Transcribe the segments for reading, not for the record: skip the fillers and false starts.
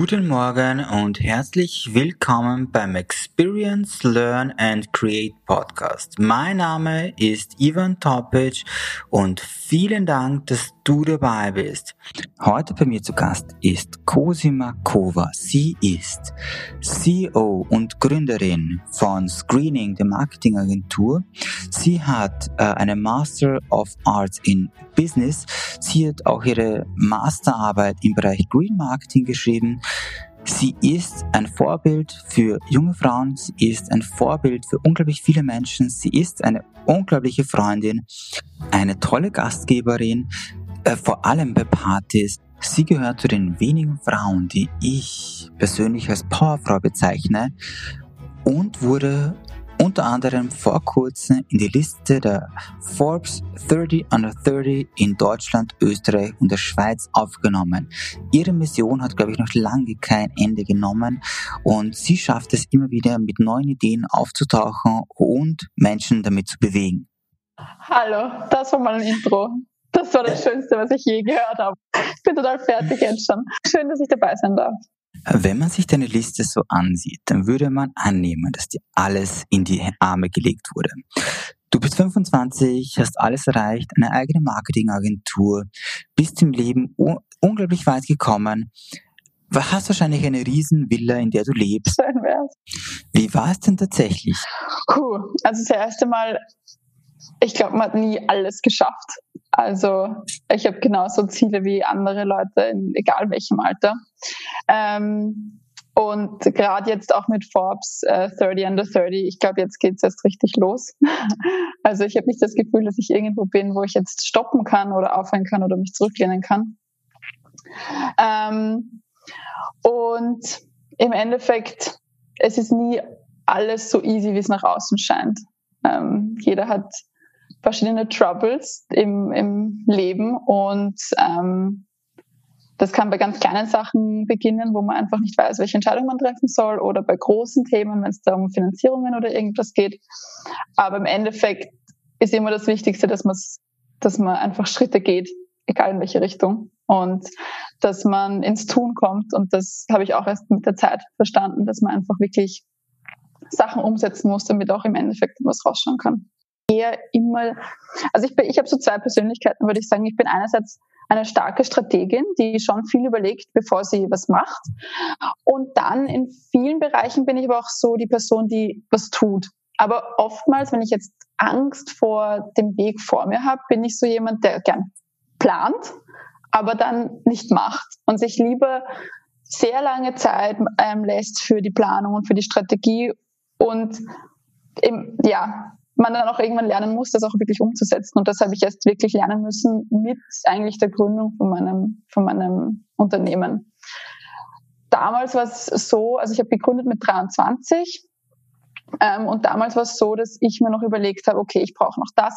Guten Morgen und herzlich willkommen beim Experience, Learn and Create Podcast. Mein Name ist Ivan Topic und vielen Dank, dass du dabei bist. Heute bei mir zu Gast ist Cosima Kova. Sie ist CEO und Gründerin von Screening, der Marketingagentur. Sie hat eine Master of Arts in Business. Sie hat auch ihre Masterarbeit im Bereich Green Marketing geschrieben. Sie ist ein Vorbild für junge Frauen. Sie ist ein Vorbild für unglaublich viele Menschen. Sie ist eine unglaubliche Freundin, eine tolle Gastgeberin, vor allem bei Partys. Sie gehört zu den wenigen Frauen, die ich persönlich als Powerfrau bezeichne und wurde unter anderem vor kurzem in die Liste der Forbes 30 Under 30 in Deutschland, Österreich und der Schweiz aufgenommen. Ihre Mission hat, glaube ich, noch lange kein Ende genommen und sie schafft es immer wieder, mit neuen Ideen aufzutauchen und Menschen damit zu bewegen. Hallo, das war mal ein Intro. Das war das Schönste, was ich je gehört habe. Ich bin total fertig jetzt schon. Schön, dass ich dabei sein darf. Wenn man sich deine Liste so ansieht, dann würde man annehmen, dass dir alles in die Arme gelegt wurde. Du bist 25, hast alles erreicht, eine eigene Marketingagentur, bist im Leben unglaublich weit gekommen, hast wahrscheinlich eine riesen Villa, in der du lebst. Schön wär's. Wie war es denn tatsächlich? Also das erste Mal, ich glaube, man hat nie alles geschafft. Also ich habe genauso Ziele wie andere Leute, in egal welchem Alter. Und gerade jetzt auch mit Forbes 30 Under 30, ich glaube, jetzt geht's erst richtig los. Also ich habe nicht das Gefühl, dass ich irgendwo bin, wo ich jetzt stoppen kann oder aufhören kann oder mich zurücklehnen kann. Und im Endeffekt, es ist nie alles so easy, wie es nach außen scheint. Jeder hat verschiedene Troubles im Leben und das kann bei ganz kleinen Sachen beginnen, wo man einfach nicht weiß, welche Entscheidung man treffen soll, oder bei großen Themen, wenn es da um Finanzierungen oder irgendwas geht. Aber im Endeffekt ist immer das Wichtigste, dass man einfach Schritte geht, egal in welche Richtung, und dass man ins Tun kommt. Und das habe ich auch erst mit der Zeit verstanden, dass man einfach wirklich Sachen umsetzen muss, damit auch im Endeffekt was rausschauen kann. Also ich habe so zwei Persönlichkeiten, würde ich sagen. Ich bin einerseits eine starke Strategin, die schon viel überlegt, bevor sie was macht. Und dann in vielen Bereichen bin ich aber auch so die Person, die was tut. Aber oftmals, wenn ich jetzt Angst vor dem Weg vor mir habe, bin ich so jemand, der gern plant, aber dann nicht macht und sich lieber sehr lange Zeit lässt für die Planung und für die Strategie und man dann auch irgendwann lernen muss, das auch wirklich umzusetzen. Und das habe ich erst wirklich lernen müssen mit eigentlich der Gründung von meinem Unternehmen. Damals war es so, also ich habe gegründet mit 23 und damals war es so, dass ich mir noch überlegt habe, okay, ich brauche noch das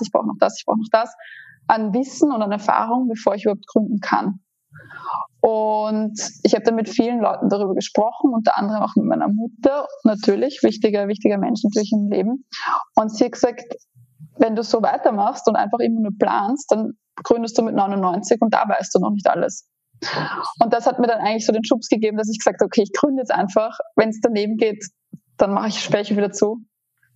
an Wissen und an Erfahrung, bevor ich überhaupt gründen kann. Und ich habe dann mit vielen Leuten darüber gesprochen, unter anderem auch mit meiner Mutter, natürlich, wichtiger Mensch natürlich im Leben. Und sie hat gesagt, wenn du so weitermachst und einfach immer nur planst, dann gründest du mit 99 und da weißt du noch nicht alles. Und das hat mir dann eigentlich so den Schubs gegeben, dass ich gesagt habe, okay, ich gründe jetzt einfach, wenn es daneben geht, dann sperre ich wieder zu.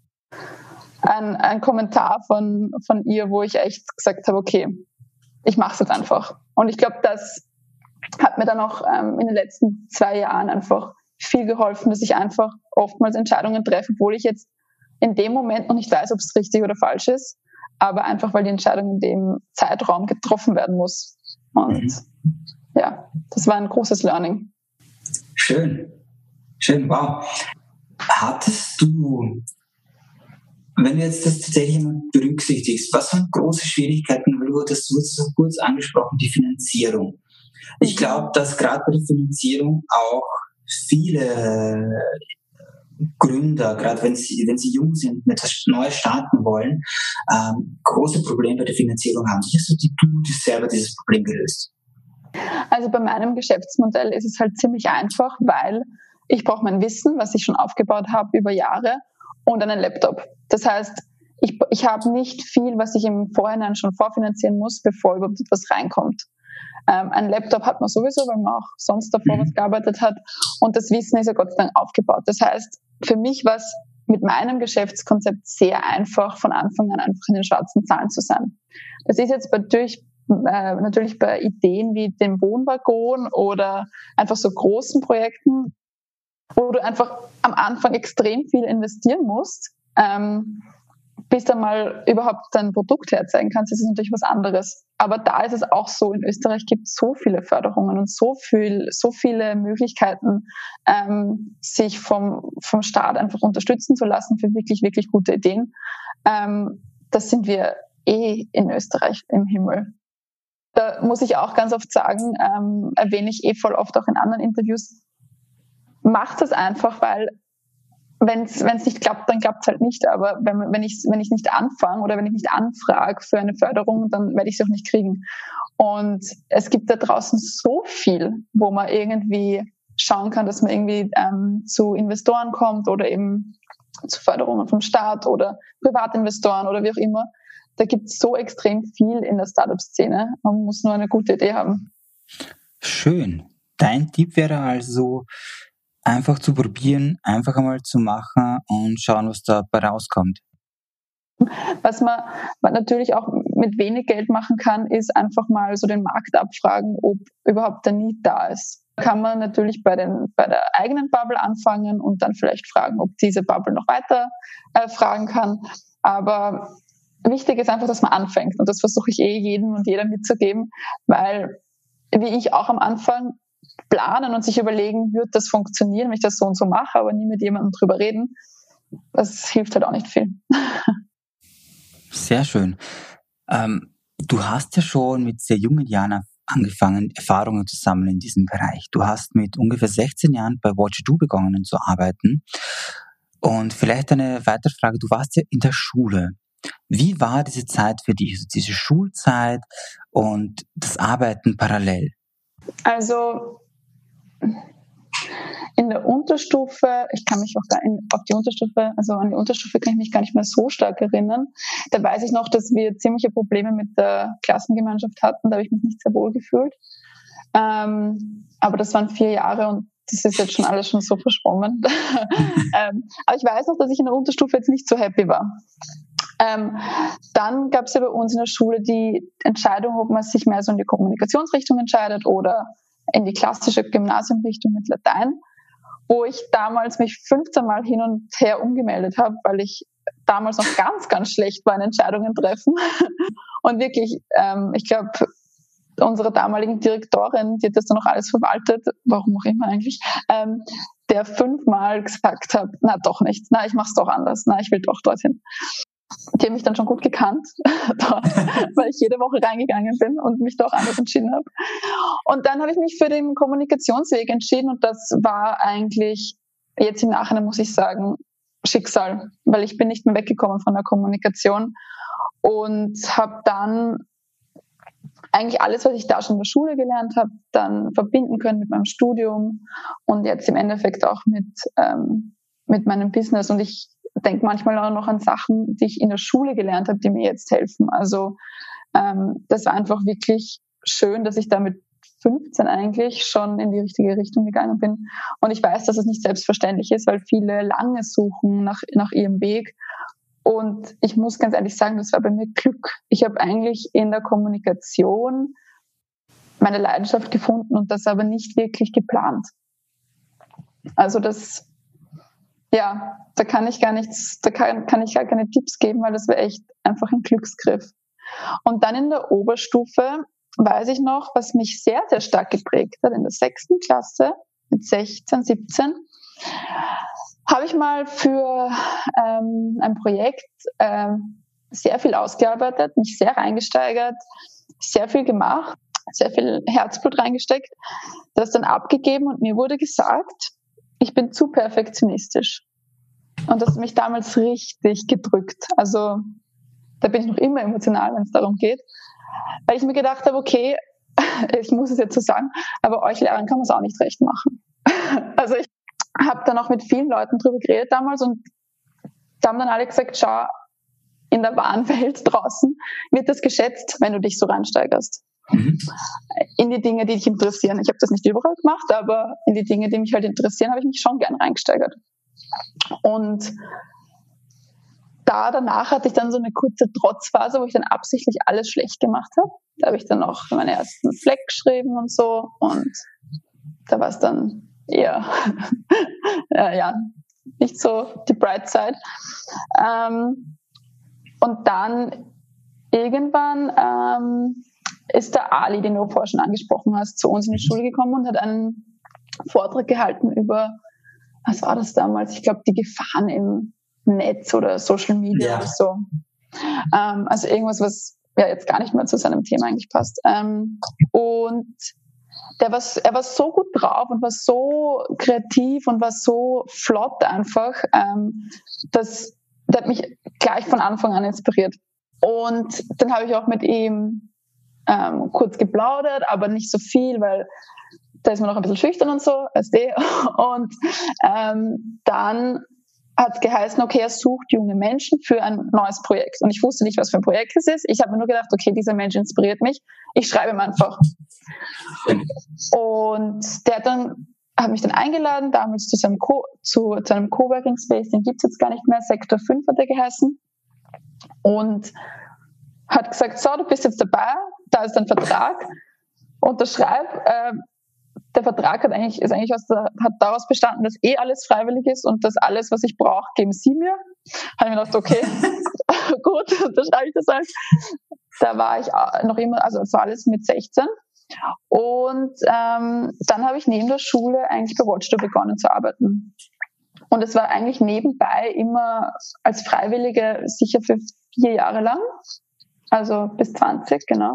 Ein Kommentar von ihr, wo ich echt gesagt habe, okay, ich mache es jetzt einfach. Und ich glaube, das hat mir dann auch in den letzten 2 Jahren einfach viel geholfen, dass ich einfach oftmals Entscheidungen treffe, obwohl ich jetzt in dem Moment noch nicht weiß, ob es richtig oder falsch ist, aber einfach, weil die Entscheidung in dem Zeitraum getroffen werden muss. Und das war ein großes Learning. Schön, wow. Hattest du, wenn du jetzt das tatsächlich mal berücksichtigst, was waren große Schwierigkeiten, weil du hast so kurz angesprochen, die Finanzierung. Ich glaube, dass gerade bei der Finanzierung auch viele Gründer, gerade wenn sie jung sind und etwas Neues starten wollen, große Probleme bei der Finanzierung haben. Wie hast du selber dieses Problem gelöst? Also bei meinem Geschäftsmodell ist es halt ziemlich einfach, weil ich brauche mein Wissen, was ich schon aufgebaut habe über Jahre, und einen Laptop. Das heißt, ich habe nicht viel, was ich im Vorhinein schon vorfinanzieren muss, bevor überhaupt etwas reinkommt. Ein Laptop hat man sowieso, weil man auch sonst davor was gearbeitet hat. Und das Wissen ist ja Gott sei Dank aufgebaut. Das heißt, für mich war es mit meinem Geschäftskonzept sehr einfach, von Anfang an einfach in den schwarzen Zahlen zu sein. Das ist jetzt natürlich bei Ideen wie dem Wohnwaggon oder einfach so großen Projekten, wo du einfach am Anfang extrem viel investieren musst, bis dann mal überhaupt dein Produkt herzeigen kannst, das ist natürlich was anderes. Aber da ist es auch so, in Österreich gibt es so viele Förderungen und so viele Möglichkeiten, sich vom Staat einfach unterstützen zu lassen für wirklich, wirklich gute Ideen. Das sind wir in Österreich im Himmel. Da muss ich auch ganz oft sagen, erwähne ich voll oft auch in anderen Interviews, macht es einfach, weil wenn es nicht klappt, dann klappt es halt nicht. Aber wenn ich nicht anfange oder wenn ich nicht anfrage für eine Förderung, dann werde ich sie auch nicht kriegen. Und es gibt da draußen so viel, wo man irgendwie schauen kann, dass man irgendwie zu Investoren kommt oder eben zu Förderungen vom Staat oder Privatinvestoren oder wie auch immer. Da gibt es so extrem viel in der Startup-Szene. Man muss nur eine gute Idee haben. Schön. Dein Tipp wäre also, einfach zu probieren, einfach einmal zu machen und schauen, was dabei rauskommt. Was man natürlich auch mit wenig Geld machen kann, ist einfach mal so den Markt abfragen, ob überhaupt der Need da ist. Da kann man natürlich bei der eigenen Bubble anfangen und dann vielleicht fragen, ob diese Bubble noch weiter fragen kann. Aber wichtig ist einfach, dass man anfängt. Und das versuche ich jedem und jeder mitzugeben, weil, wie ich auch am Anfang, planen und sich überlegen, wird das funktionieren, wenn ich das so und so mache, aber nie mit jemandem drüber reden, das hilft halt auch nicht viel. Sehr schön. Du hast ja schon mit sehr jungen Jahren angefangen, Erfahrungen zu sammeln in diesem Bereich. Du hast mit ungefähr 16 Jahren bei Watch-Do begonnen zu arbeiten. Und vielleicht eine weitere Frage, du warst ja in der Schule. Wie war diese Zeit für dich, also diese Schulzeit und das Arbeiten parallel? Also in der Unterstufe, ich kann mich auch an die Unterstufe kann ich mich gar nicht mehr so stark erinnern. Da weiß ich noch, dass wir ziemliche Probleme mit der Klassengemeinschaft hatten, da habe ich mich nicht sehr wohl gefühlt. Aber das waren 4 Jahre und das ist jetzt schon alles schon so verschwommen. Aber ich weiß noch, dass ich in der Unterstufe jetzt nicht so happy war. Dann gab es ja bei uns in der Schule die Entscheidung, ob man sich mehr so in die Kommunikationsrichtung entscheidet oder in die klassische Gymnasiumrichtung mit Latein, wo ich damals mich 15 Mal hin und her umgemeldet habe, weil ich damals noch ganz, ganz schlecht war in Entscheidungen treffen. Und wirklich, ich glaube, unsere damaligen Direktorin, die hat das dann noch alles verwaltet, warum auch immer eigentlich, der 5-mal gesagt hat, na doch nicht, na ich mach's doch anders, na ich will doch dorthin. Die haben mich dann schon gut gekannt, weil ich jede Woche reingegangen bin und mich doch anders entschieden habe. Und dann habe ich mich für den Kommunikationsweg entschieden und das war eigentlich, jetzt im Nachhinein muss ich sagen, Schicksal, weil ich bin nicht mehr weggekommen von der Kommunikation und habe dann eigentlich alles, was ich da schon in der Schule gelernt habe, dann verbinden können mit meinem Studium und jetzt im Endeffekt auch mit meinem Business. Und ich denke manchmal auch noch an Sachen, die ich in der Schule gelernt habe, die mir jetzt helfen. Also das war einfach wirklich schön, dass ich da mit 15 eigentlich schon in die richtige Richtung gegangen bin. Und ich weiß, dass es nicht selbstverständlich ist, weil viele lange suchen nach ihrem Weg. Und ich muss ganz ehrlich sagen, das war bei mir Glück. Ich habe eigentlich in der Kommunikation meine Leidenschaft gefunden und das aber nicht wirklich geplant. Also da kann ich gar keine Tipps geben, weil das war echt einfach ein Glücksgriff. Und dann in der Oberstufe weiß ich noch, was mich sehr, sehr stark geprägt hat, in der 6. Klasse mit 16, 17, habe ich mal für ein Projekt sehr viel ausgearbeitet, mich sehr reingesteigert, sehr viel gemacht, sehr viel Herzblut reingesteckt, das dann abgegeben und mir wurde gesagt, ich bin zu perfektionistisch. Und das hat mich damals richtig gedrückt. Also da bin ich noch immer emotional, wenn es darum geht, weil ich mir gedacht habe, okay, ich muss es jetzt so sagen, aber euch Lehrern kann man es auch nicht recht machen. Also ich habe dann auch mit vielen Leuten drüber geredet damals und da haben dann alle gesagt, schau, in der wahren Welt draußen wird das geschätzt, wenn du dich so reinsteigerst. in die Dinge, die dich interessieren. Ich habe das nicht überall gemacht, aber in die Dinge, die mich halt interessieren, habe ich mich schon gern reingesteigert. Und danach hatte ich dann so eine kurze Trotzphase, wo ich dann absichtlich alles schlecht gemacht habe. Da habe ich dann auch meine ersten Fleck geschrieben und so. Und da war es dann eher, ja, nicht so die Bright Side. Und dann irgendwann ist der Ali, den du vorher schon angesprochen hast, zu uns in die Schule gekommen und hat einen Vortrag gehalten über, was war das damals? Ich glaube, die Gefahren im Netz oder Social Media oder so. Also irgendwas, was ja jetzt gar nicht mehr zu seinem Thema eigentlich passt. Und er war so gut drauf und war so kreativ und war so flott einfach, dass der hat mich gleich von Anfang an inspiriert. Und dann habe ich auch mit ihm kurz geplaudert, aber nicht so viel, weil da ist man noch ein bisschen schüchtern und so, weißt du. Und dann hat es geheißen, okay, er sucht junge Menschen für ein neues Projekt. Und ich wusste nicht, was für ein Projekt es ist. Ich habe mir nur gedacht, okay, dieser Mensch inspiriert mich. Ich schreibe ihm einfach. Und der hat mich dann eingeladen, damals zu seinem Coworking Space, den gibt es jetzt gar nicht mehr, Sektor 5 hat er geheißen. Und hat gesagt, so, du bist jetzt dabei, da ist dein Vertrag, unterschreib. Der Vertrag hat daraus bestanden, dass alles freiwillig ist und dass alles, was ich brauche, geben sie mir. Habe ich mir gedacht, okay, gut, da schreibe ich das halt. Da war ich noch immer, also das war alles mit 16. Und dann habe ich neben der Schule eigentlich bei Watchdo begonnen zu arbeiten. Und es war eigentlich nebenbei immer als Freiwillige sicher für 4 Jahre lang, also bis 20, genau.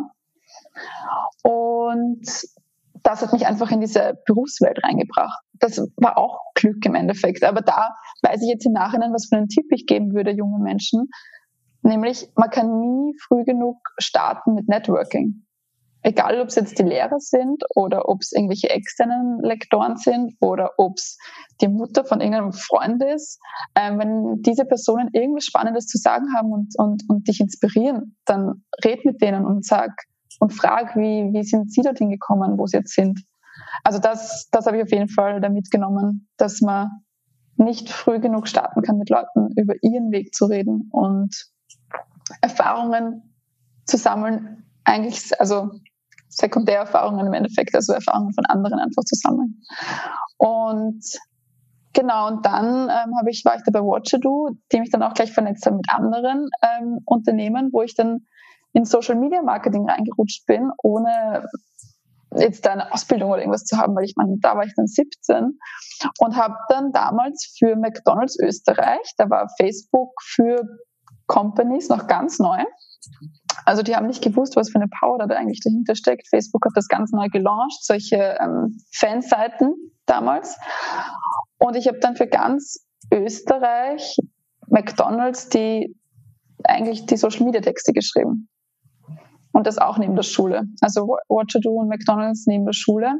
Und das hat mich einfach in diese Berufswelt reingebracht. Das war auch Glück im Endeffekt. Aber da weiß ich jetzt im Nachhinein, was für einen Tipp ich geben würde jungen Menschen. Nämlich, man kann nie früh genug starten mit Networking. Egal, ob es jetzt die Lehrer sind oder ob es irgendwelche externen Lektoren sind oder ob es die Mutter von irgendeinem Freund ist. Wenn diese Personen irgendwas Spannendes zu sagen haben und dich inspirieren, dann red mit denen und frag, wie sind sie dorthin gekommen, wo sie jetzt sind. Also das habe ich auf jeden Fall da mitgenommen, dass man nicht früh genug starten kann, mit Leuten über ihren Weg zu reden und Erfahrungen zu sammeln, eigentlich, also Sekundärerfahrungen im Endeffekt, also Erfahrungen von anderen einfach zu sammeln. Und genau, und dann war ich da bei Watchado, die mich dann auch gleich vernetzt haben mit anderen Unternehmen, wo ich dann in Social Media Marketing reingerutscht bin, ohne jetzt da eine Ausbildung oder irgendwas zu haben, weil ich meine, da war ich dann 17 und habe dann damals für McDonald's Österreich, da war Facebook für Companies noch ganz neu. Also die haben nicht gewusst, was für eine Power da eigentlich dahinter steckt. Facebook hat das ganz neu gelauncht, solche Fanseiten damals. Und ich habe dann für ganz Österreich McDonald's eigentlich die Social Media Texte geschrieben. Und das auch neben der Schule. Also Watchado und McDonald's neben der Schule.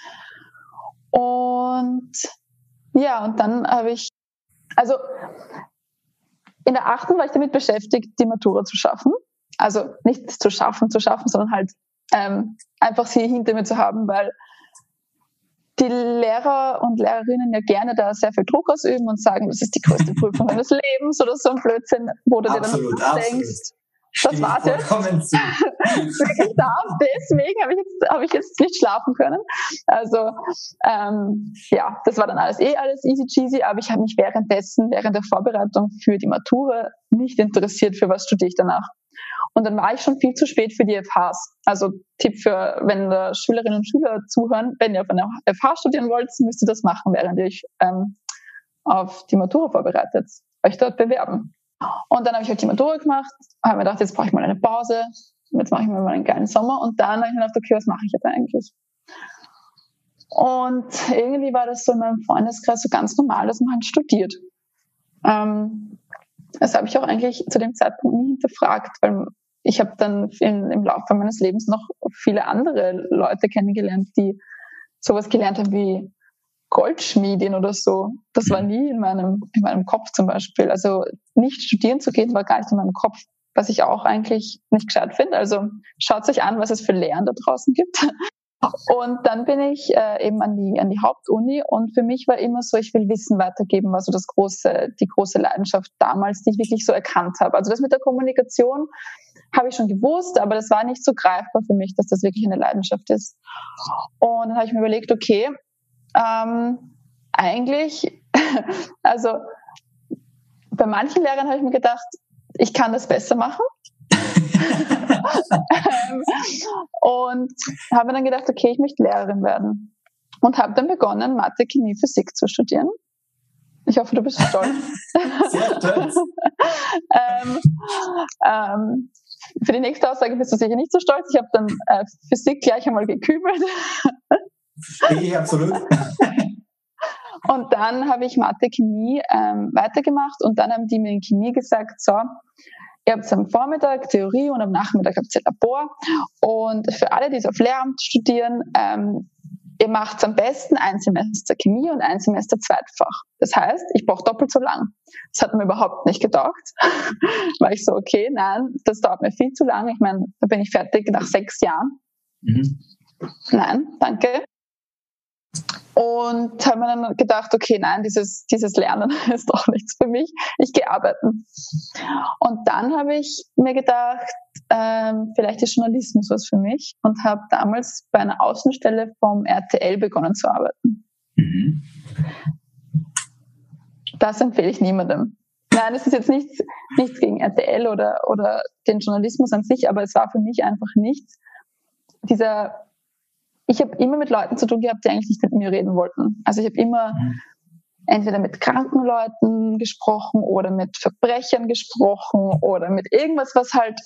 Und ja, und dann habe ich, also in der 8. war ich damit beschäftigt, die Matura zu schaffen. Also nicht zu schaffen, sondern halt einfach sie hinter mir zu haben, weil die Lehrer und Lehrerinnen ja gerne da sehr viel Druck ausüben und sagen, das ist die größte Prüfung deines Lebens oder so ein Blödsinn, wo du dir dann denkst, das war's jetzt. Wirklich da. Deswegen habe ich jetzt nicht schlafen können. Also ja, das war dann alles easy cheesy, aber ich habe mich während der Vorbereitung für die Matura nicht interessiert, für was studiere ich danach. Und dann war ich schon viel zu spät für die FHs. Also Tipp für, wenn da Schülerinnen und Schüler zuhören, wenn ihr auf einer FH studieren wollt, müsst ihr das machen, während ihr euch auf die Matura vorbereitet. Euch dort bewerben. Und dann habe ich halt die Matura gemacht, habe mir gedacht, jetzt brauche ich mal eine Pause, jetzt mache ich mir mal einen geilen Sommer und dann habe ich mir gedacht, okay, was mache ich jetzt eigentlich? Und irgendwie war das so in meinem Freundeskreis so ganz normal, dass man halt studiert. Das habe ich auch eigentlich zu dem Zeitpunkt nie hinterfragt, weil ich habe dann im Laufe meines Lebens noch viele andere Leute kennengelernt, die sowas gelernt haben wie Goldschmiedin oder so. Das war nie in meinem Kopf zum Beispiel. Also nicht studieren zu gehen, war gar nicht in meinem Kopf. was ich auch eigentlich nicht gescheit finde. Also schaut euch an, was es für Lehren da draußen gibt. Und dann bin ich eben an die Hauptuni und für mich war immer so, ich will Wissen weitergeben, war so die große Leidenschaft damals, die ich wirklich so erkannt habe. Also das mit der Kommunikation habe ich schon gewusst, aber das war nicht so greifbar für mich, dass das wirklich eine Leidenschaft ist. Und dann habe ich mir überlegt, okay, eigentlich, also bei manchen Lehrern habe ich mir gedacht, ich kann das besser machen. Und habe mir dann gedacht, okay, ich möchte Lehrerin werden. Und habe dann begonnen, Mathe, Chemie, Physik zu studieren. Ich hoffe, du bist stolz. Sehr stolz. Für die nächste Aussage bist du sicher nicht so stolz. Ich habe dann Physik gleich einmal gekübelt. Absolut. Und dann habe ich Mathe, Chemie weitergemacht und dann haben die mir in Chemie gesagt, so, ihr habt am Vormittag Theorie und am Nachmittag habt ihr Labor und für alle, die es auf Lehramt studieren, ihr macht am besten ein Semester Chemie und ein Semester Zweitfach. Das heißt, ich brauche doppelt so lang. Das hat mir überhaupt nicht getaugt. War ich so, okay, nein, das dauert mir viel zu lang. Ich meine, da bin ich fertig nach 6 Jahren. Nein, danke. Und habe mir dann gedacht, okay, nein, dieses Lernen ist doch nichts für mich. Ich gehe arbeiten. Und dann habe ich mir gedacht, vielleicht ist Journalismus was für mich und habe damals bei einer Außenstelle vom RTL begonnen zu arbeiten. Das empfehle ich niemandem. Nein, es ist jetzt nichts gegen RTL oder den Journalismus an sich, aber es war für mich einfach nichts. Ich habe immer mit Leuten zu tun gehabt, die eigentlich nicht mit mir reden wollten. Also ich habe immer entweder mit kranken Leuten gesprochen oder mit Verbrechern gesprochen oder mit irgendwas, was halt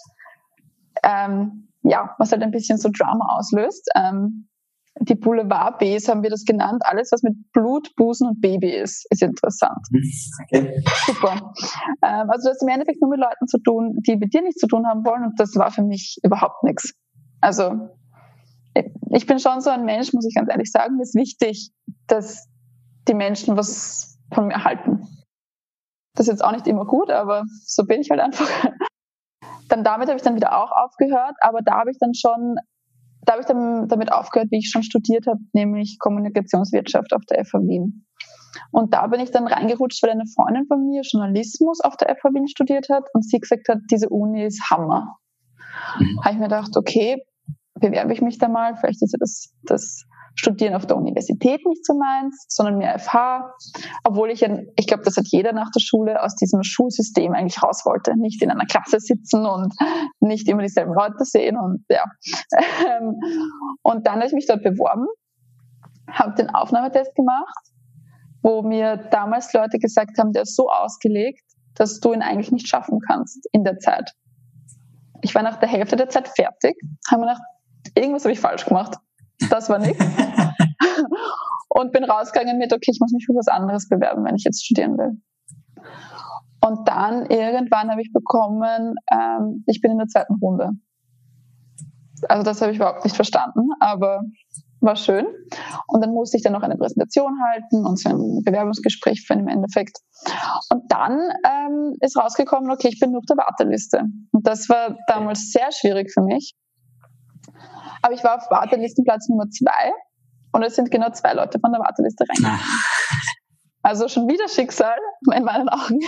ein bisschen so Drama auslöst. Die Boulevard-Bs haben wir das genannt. Alles, was mit Blut, Busen und Baby ist interessant. Okay. Super. Also du hast im Endeffekt nur mit Leuten zu tun, die mit dir nichts zu tun haben wollen und das war für mich überhaupt nichts. Also ich bin schon so ein Mensch, muss ich ganz ehrlich sagen, mir ist wichtig, dass die Menschen was von mir halten. Das ist jetzt auch nicht immer gut, aber so bin ich halt einfach. Damit habe ich dann wieder auch aufgehört, aber da habe ich dann damit aufgehört, wie ich schon studiert habe, nämlich Kommunikationswirtschaft auf der FH Wien. Und da bin ich dann reingerutscht, weil eine Freundin von mir Journalismus auf der FH Wien studiert hat und sie gesagt hat, diese Uni ist Hammer. Habe ich mir gedacht, okay, bewerbe ich mich da mal, vielleicht ist ja das Studieren auf der Universität nicht so meins, sondern mehr FH, obwohl ich glaube, das hat jeder nach der Schule aus diesem Schulsystem eigentlich raus wollte, nicht in einer Klasse sitzen und nicht immer dieselben Leute sehen und ja. Und dann habe ich mich dort beworben, habe den Aufnahmetest gemacht, wo mir damals Leute gesagt haben, der ist so ausgelegt, dass du ihn eigentlich nicht schaffen kannst in der Zeit. Ich war nach der Hälfte der Zeit fertig, habe mir gedacht, irgendwas habe ich falsch gemacht. Das war nichts. Und bin rausgegangen mit, okay, ich muss mich für was anderes bewerben, wenn ich jetzt studieren will. Und dann irgendwann habe ich bekommen, ich bin in der 2. Runde. Also das habe ich überhaupt nicht verstanden, aber war schön. Und dann musste ich dann noch eine Präsentation halten und so ein Bewerbungsgespräch führen im Endeffekt. Und dann ist rausgekommen, okay, ich bin nur auf der Warteliste. Und das war damals sehr schwierig für mich. Aber ich war auf Wartelistenplatz Nummer 2 und es sind genau 2 Leute von der Warteliste reingegangen. Also schon wieder Schicksal in meinen Augen.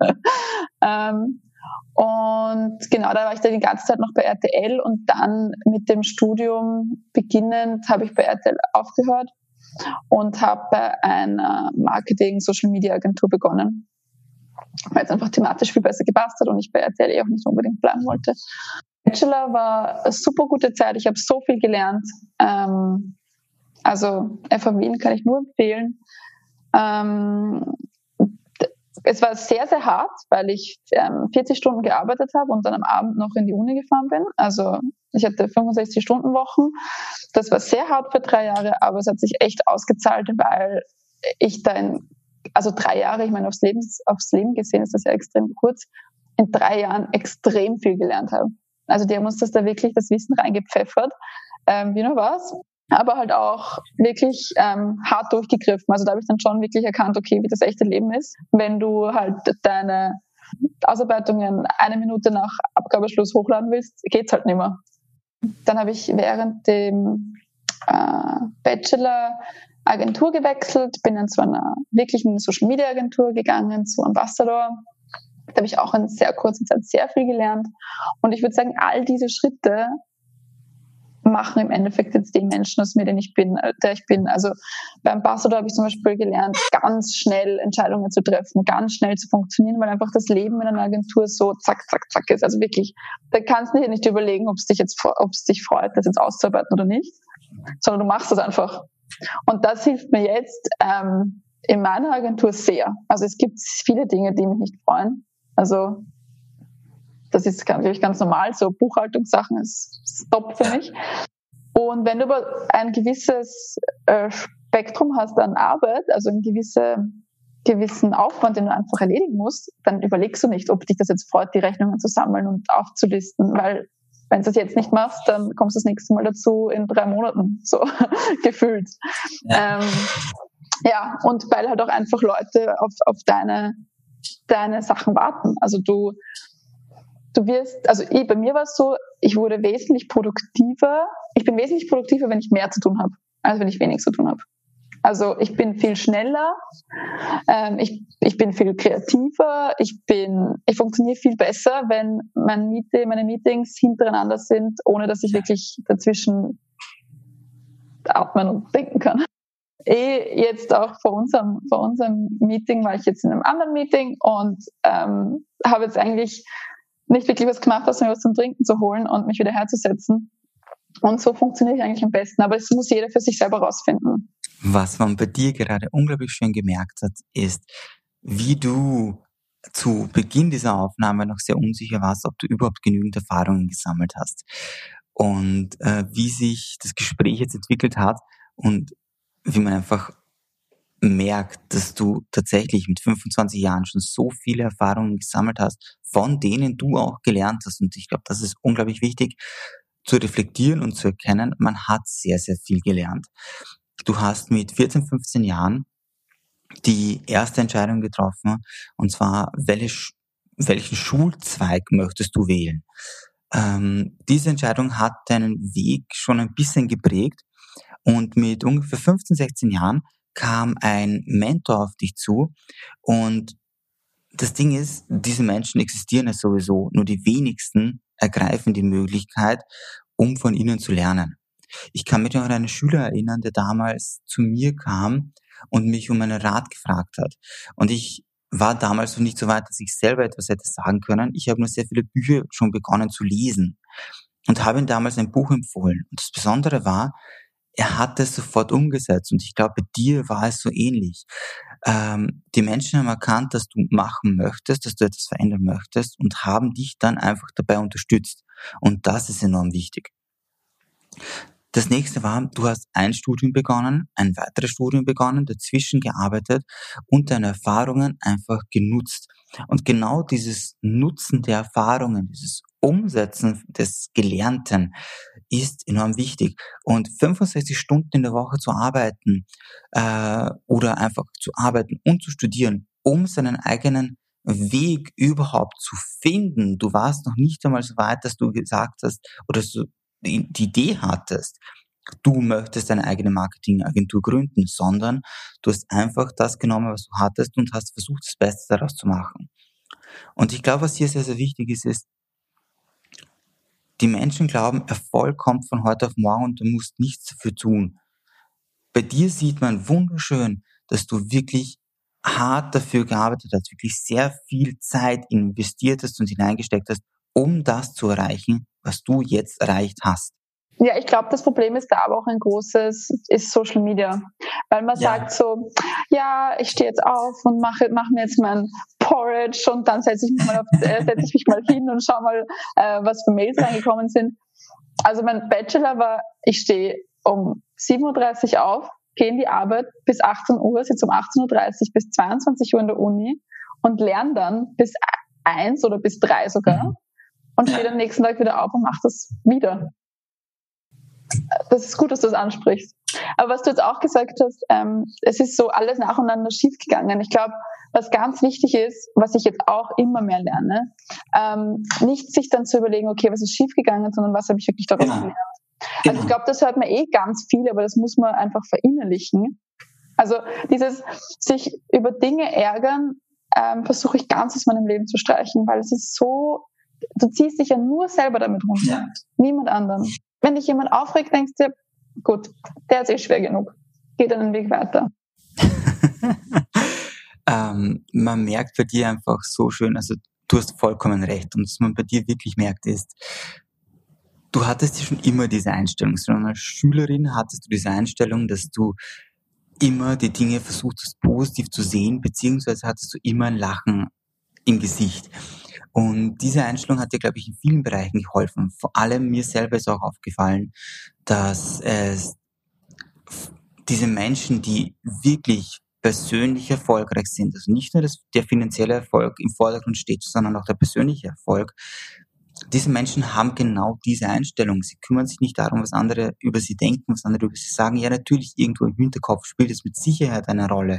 Und genau, da war ich dann die ganze Zeit noch bei RTL und dann mit dem Studium beginnend habe ich bei RTL aufgehört und habe bei einer Marketing-Social-Media-Agentur begonnen, weil es einfach thematisch viel besser gepasst hat und ich bei RTL auch nicht unbedingt bleiben wollte. Bachelor war eine super gute Zeit, ich habe so viel gelernt. Also FH Wien kann ich nur empfehlen. Es war sehr, sehr hart, weil ich 40 Stunden gearbeitet habe und dann am Abend noch in die Uni gefahren bin. Also ich hatte 65-Stunden-Wochen. Das war sehr hart für 3 Jahre, aber es hat sich echt ausgezahlt, weil ich dann, also 3 Jahre, ich meine aufs Leben gesehen ist das ja extrem kurz, in 3 Jahren extrem viel gelernt habe. Also die haben uns da wirklich das Wissen reingepfeffert, wie noch was, aber halt auch wirklich hart durchgegriffen. Also da habe ich dann schon wirklich erkannt, okay, wie das echte Leben ist, wenn du halt deine Ausarbeitungen 1 Minute nach Abgabeschluss hochladen willst, geht's halt nicht mehr. Dann habe ich während dem Bachelor Agentur gewechselt, bin dann zu einer wirklichen Social-Media-Agentur gegangen, zu Ambassador. Da habe ich auch in sehr kurzer Zeit sehr viel gelernt. Und ich würde sagen, all diese Schritte machen im Endeffekt jetzt den Menschen aus mir, der ich bin. Also beim Ambassador habe ich zum Beispiel gelernt, ganz schnell Entscheidungen zu treffen, ganz schnell zu funktionieren, weil einfach das Leben in einer Agentur so zack, zack, zack ist. Also wirklich, da kannst du dir nicht überlegen, ob es dich freut, das jetzt auszuarbeiten oder nicht, sondern du machst das einfach. Und das hilft mir jetzt in meiner Agentur sehr. Also es gibt viele Dinge, die mich nicht freuen. Also das ist, glaube ich, ganz normal. So Buchhaltungssachen ist top für mich. Und wenn du aber ein gewisses Spektrum hast an Arbeit, also einen gewissen Aufwand, den du einfach erledigen musst, dann überlegst du nicht, ob dich das jetzt freut, die Rechnungen zu sammeln und aufzulisten, weil wenn du das jetzt nicht machst, dann kommst du das nächste Mal dazu in 3 Monaten, so gefühlt. Ja. Und weil halt auch einfach Leute auf deine Sachen warten. Also du wirst, also bei mir war es so, ich bin wesentlich produktiver, wenn ich mehr zu tun habe, als wenn ich wenig zu tun habe. Also ich bin viel schneller, ich bin viel kreativer, ich funktioniere viel besser, wenn meine Meetings hintereinander sind, ohne dass ich wirklich dazwischen atmen und denken kann. Jetzt auch vor unserem Meeting war ich jetzt in einem anderen Meeting und habe jetzt eigentlich nicht wirklich was gemacht, außer mir was zum Trinken zu holen und mich wieder herzusetzen. Und so funktioniere ich eigentlich am besten. Aber es muss jeder für sich selber rausfinden. Was man bei dir gerade unglaublich schön gemerkt hat, ist, wie du zu Beginn dieser Aufnahme noch sehr unsicher warst, ob du überhaupt genügend Erfahrungen gesammelt hast. Und wie sich das Gespräch jetzt entwickelt hat und wie man einfach merkt, dass du tatsächlich mit 25 Jahren schon so viele Erfahrungen gesammelt hast, von denen du auch gelernt hast. Und ich glaube, das ist unglaublich wichtig zu reflektieren und zu erkennen, man hat sehr, sehr viel gelernt. Du hast mit 14, 15 Jahren die erste Entscheidung getroffen, und zwar, welchen Schulzweig möchtest du wählen? Diese Entscheidung hat deinen Weg schon ein bisschen geprägt, und mit ungefähr 15, 16 Jahren kam ein Mentor auf dich zu, und das Ding ist, diese Menschen existieren ja sowieso, nur die wenigsten ergreifen die Möglichkeit, um von ihnen zu lernen. Ich kann mich noch an einen Schüler erinnern, der damals zu mir kam und mich um einen Rat gefragt hat. Und ich war damals noch nicht so weit, dass ich selber etwas hätte sagen können. Ich habe nur sehr viele Bücher schon begonnen zu lesen und habe ihm damals ein Buch empfohlen. Und das Besondere war, er hat es sofort umgesetzt, und ich glaube, bei dir war es so ähnlich. Die Menschen haben erkannt, dass du machen möchtest, dass du etwas verändern möchtest, und haben dich dann einfach dabei unterstützt. Und das ist enorm wichtig. Das nächste war, du hast ein Studium begonnen, ein weiteres Studium begonnen, dazwischen gearbeitet und deine Erfahrungen einfach genutzt. Und genau dieses Nutzen der Erfahrungen, dieses Umsetzen des Gelernten ist enorm wichtig. Und 65 Stunden in der Woche zu arbeiten oder einfach zu arbeiten und zu studieren, um seinen eigenen Weg überhaupt zu finden. Du warst noch nicht einmal so weit, dass du gesagt hast oder so die Idee hattest, du möchtest deine eigene Marketingagentur gründen, sondern du hast einfach das genommen, was du hattest, und hast versucht, das Beste daraus zu machen. Und ich glaube, was hier sehr, sehr wichtig ist, die Menschen glauben, Erfolg kommt von heute auf morgen und du musst nichts dafür tun. Bei dir sieht man wunderschön, dass du wirklich hart dafür gearbeitet hast, wirklich sehr viel Zeit investiert hast und hineingesteckt hast, um das zu erreichen, was du jetzt erreicht hast. Ja, ich glaube, das Problem ist da aber auch ein großes, ist Social Media. Weil man sagt so, ja, ich stehe jetzt auf und mache mir jetzt mein Porridge und dann setze ich mich mal hin und schaue mal, was für Mails reingekommen sind. Also mein Bachelor war, ich stehe um 7.30 Uhr auf, gehe in die Arbeit bis 18 Uhr, sitze um 18.30 Uhr bis 22 Uhr in der Uni und lerne dann bis 1 oder bis 3 sogar und stehe dann nächsten Tag wieder auf und mache das wieder. Das ist gut, dass du das ansprichst. Aber was du jetzt auch gesagt hast, es ist so alles nacheinander schiefgegangen. Ich glaube, was ganz wichtig ist, was ich jetzt auch immer mehr lerne, nicht sich dann zu überlegen, okay, was ist schiefgegangen, sondern was habe ich wirklich daraus gelernt. Also ich glaube, das hört man ganz viel, aber das muss man einfach verinnerlichen. Also dieses sich über Dinge ärgern, versuche ich ganz aus meinem Leben zu streichen, weil es ist so, du ziehst dich ja nur selber damit runter, niemand anderen. Wenn dich jemand aufregt, denkst du, gut, der ist schwer genug, geht dann den Weg weiter. Man merkt bei dir einfach so schön, also du hast vollkommen recht, und was man bei dir wirklich merkt ist, du hattest ja schon immer diese Einstellung, sondern als Schülerin hattest du diese Einstellung, dass du immer die Dinge versuchtest positiv zu sehen, beziehungsweise hattest du immer ein Lachen im Gesicht. Und diese Einstellung hat dir, glaube ich, in vielen Bereichen geholfen. Vor allem mir selber ist auch aufgefallen, dass es diese Menschen, die wirklich persönlich erfolgreich sind, also nicht nur der finanzielle Erfolg im Vordergrund steht, sondern auch der persönliche Erfolg, diese Menschen haben genau diese Einstellung. Sie kümmern sich nicht darum, was andere über sie denken, was andere über sie sagen. Ja, natürlich, irgendwo im Hinterkopf spielt es mit Sicherheit eine Rolle.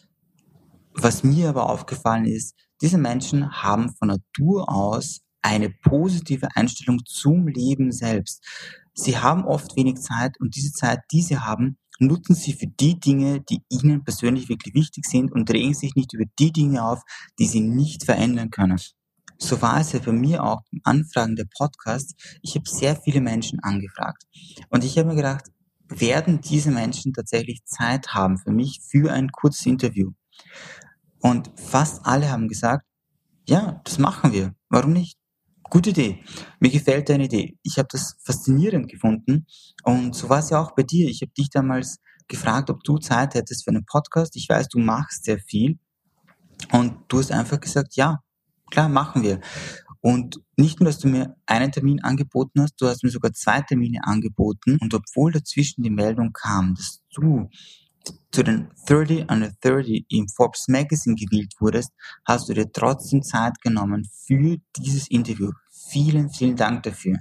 Was mir aber aufgefallen ist, diese Menschen haben von Natur aus eine positive Einstellung zum Leben selbst. Sie haben oft wenig Zeit, und diese Zeit, die sie haben, nutzen sie für die Dinge, die ihnen persönlich wirklich wichtig sind, und regen sich nicht über die Dinge auf, die sie nicht verändern können. So war es ja bei mir auch beim Anfragen der Podcasts. Ich habe sehr viele Menschen angefragt. Und ich habe mir gedacht, werden diese Menschen tatsächlich Zeit haben für mich für ein kurzes Interview? Und fast alle haben gesagt, ja, das machen wir. Warum nicht? Gute Idee. Mir gefällt deine Idee. Ich habe das faszinierend gefunden. Und so war es ja auch bei dir. Ich habe dich damals gefragt, ob du Zeit hättest für einen Podcast. Ich weiß, du machst sehr viel. Und du hast einfach gesagt, ja, klar, machen wir. Und nicht nur, dass du mir einen Termin angeboten hast, du hast mir sogar 2 Termine angeboten. Und obwohl dazwischen die Meldung kam, dass du zu den 30 under 30 im Forbes Magazine gewählt wurdest, hast du dir trotzdem Zeit genommen für dieses Interview. Vielen, vielen Dank dafür.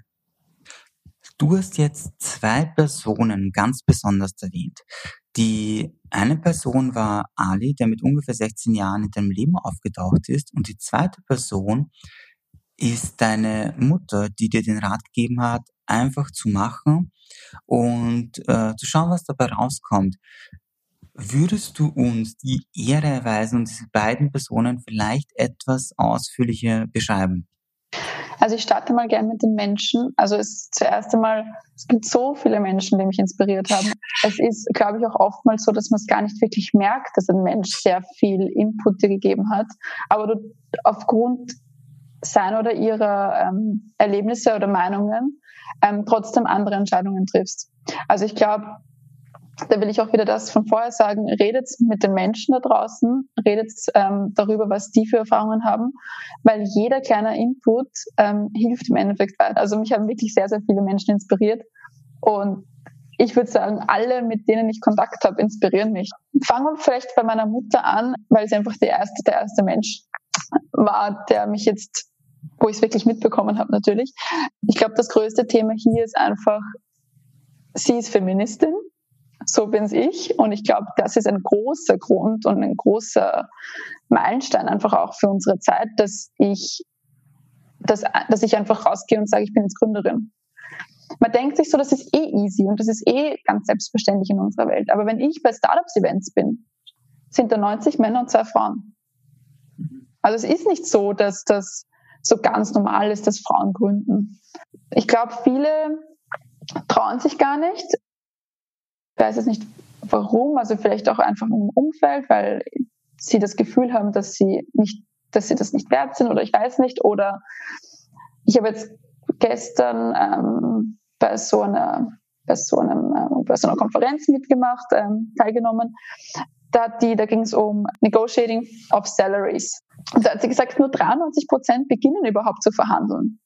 Du hast jetzt 2 Personen ganz besonders erwähnt. Die eine Person war Ali, der mit ungefähr 16 Jahren in deinem Leben aufgetaucht ist, und die zweite Person ist deine Mutter, die dir den Rat gegeben hat, einfach zu machen und zu schauen, was dabei rauskommt. Würdest du uns die Ehre erweisen und diese beiden Personen vielleicht etwas ausführlicher beschreiben? Also ich starte mal gerne mit den Menschen. Also es gibt so viele Menschen, die mich inspiriert haben. Es ist, glaube ich, auch oftmals so, dass man es gar nicht wirklich merkt, dass ein Mensch sehr viel Input dir gegeben hat. Aber du aufgrund seiner oder ihrer Erlebnisse oder Meinungen trotzdem andere Entscheidungen triffst. Also ich glaube, da will ich auch wieder das von vorher sagen, redet mit den Menschen da draußen, redet darüber, was die für Erfahrungen haben, weil jeder kleine Input hilft im Endeffekt weiter. Also mich haben wirklich sehr, sehr viele Menschen inspiriert, und ich würde sagen, alle, mit denen ich Kontakt habe, inspirieren mich. Fangen wir vielleicht bei meiner Mutter an, weil sie einfach der erste Mensch war, der mich jetzt, wo ich es wirklich mitbekommen habe natürlich. Ich glaube, das größte Thema hier ist einfach, sie ist Feministin. So bin's ich, und ich glaube, das ist ein großer Grund und ein großer Meilenstein einfach auch für unsere Zeit, dass ich einfach rausgehe und sage, ich bin jetzt Gründerin. Man denkt sich so, das ist easy und das ist ganz selbstverständlich in unserer Welt. Aber wenn ich bei Startups-Events bin, sind da 90 Männer und 2 Frauen. Also es ist nicht so, dass das so ganz normal ist, dass Frauen gründen. Ich glaube, viele trauen sich gar nicht. Ich weiß jetzt nicht, warum, also vielleicht auch einfach im Umfeld, weil sie das Gefühl haben, dass sie das nicht wert sind, oder ich weiß nicht. Oder ich habe jetzt gestern bei so einer Konferenz mitgemacht, teilgenommen. Da ging es um Negotiating of Salaries. Und da hat sie gesagt, nur 93% beginnen überhaupt zu verhandeln.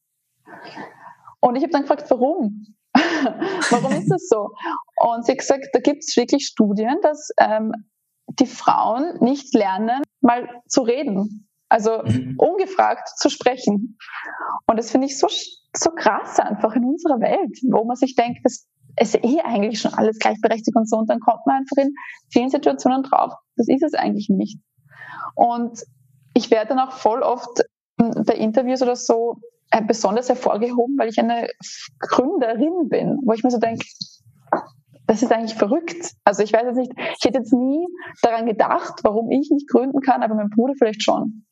Und ich habe dann gefragt, warum? Warum ist das so? Und sie hat gesagt, da gibt es wirklich Studien, dass die Frauen nicht lernen, mal zu reden. Also ungefragt zu sprechen. Und das finde ich so krass einfach in unserer Welt, wo man sich denkt, es ist eigentlich schon alles gleichberechtigt und so. Und dann kommt man einfach in vielen Situationen drauf, das ist es eigentlich nicht. Und ich werde dann auch voll oft bei Interviews oder so besonders hervorgehoben, weil ich eine Gründerin bin, wo ich mir so denke, das ist eigentlich verrückt. Also ich weiß jetzt nicht, ich hätte jetzt nie daran gedacht, warum ich nicht gründen kann, aber mein Bruder vielleicht schon.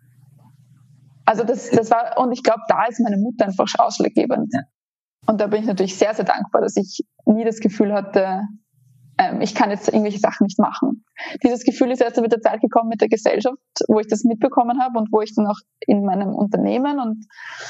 Also das war, und ich glaube, da ist meine Mutter einfach ausschlaggebend. Und da bin ich natürlich sehr, sehr dankbar, dass ich nie das Gefühl hatte, ich kann jetzt irgendwelche Sachen nicht machen. Dieses Gefühl ist erst mit der Zeit gekommen, mit der Gesellschaft, wo ich das mitbekommen habe und wo ich dann auch in meinem Unternehmen und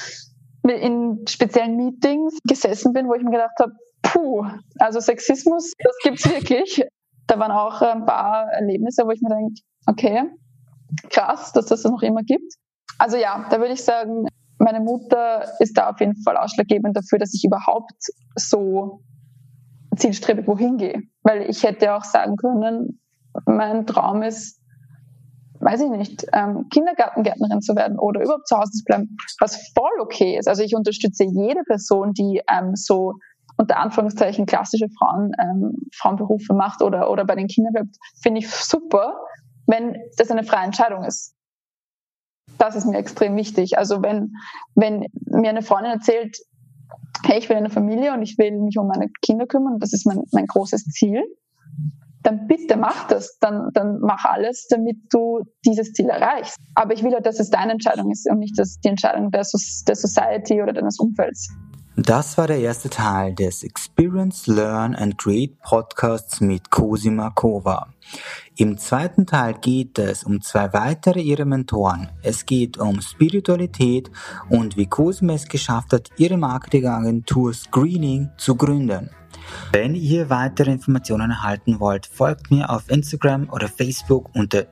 in speziellen Meetings gesessen bin, wo ich mir gedacht habe, also Sexismus, das gibt's wirklich. Da waren auch ein paar Erlebnisse, wo ich mir denke, okay, krass, dass das noch immer gibt. Also ja, da würde ich sagen, meine Mutter ist da auf jeden Fall ausschlaggebend dafür, dass ich überhaupt so zielstrebig wohin gehe. Weil ich hätte auch sagen können, mein Traum ist, weiß ich nicht, Kindergartengärtnerin zu werden oder überhaupt zu Hause zu bleiben, was voll okay ist. Also ich unterstütze jede Person, die so unter Anführungszeichen klassische Frauenberufe macht oder bei den Kindern bleibt, finde ich super, wenn das eine freie Entscheidung ist. Das ist mir extrem wichtig. Also wenn mir eine Freundin erzählt, hey, ich will eine Familie und ich will mich um meine Kinder kümmern, das ist mein großes Ziel, dann bitte mach das. Dann mach alles, damit du dieses Ziel erreichst. Aber ich will halt, dass es deine Entscheidung ist und nicht die Entscheidung der Society oder deines Umfelds. Das war der erste Teil des Experience, Learn and Create Podcasts mit Cosima Kova. Im zweiten Teil geht es um 2 weitere ihrer Mentoren. Es geht um Spiritualität und wie Cosima es geschafft hat, ihre Marketingagentur Screening zu gründen. Wenn ihr weitere Informationen erhalten wollt, folgt mir auf Instagram oder Facebook unter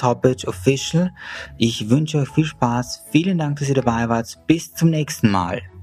@IvanTopic Official. Ich wünsche euch viel Spaß. Vielen Dank, dass ihr dabei wart. Bis zum nächsten Mal.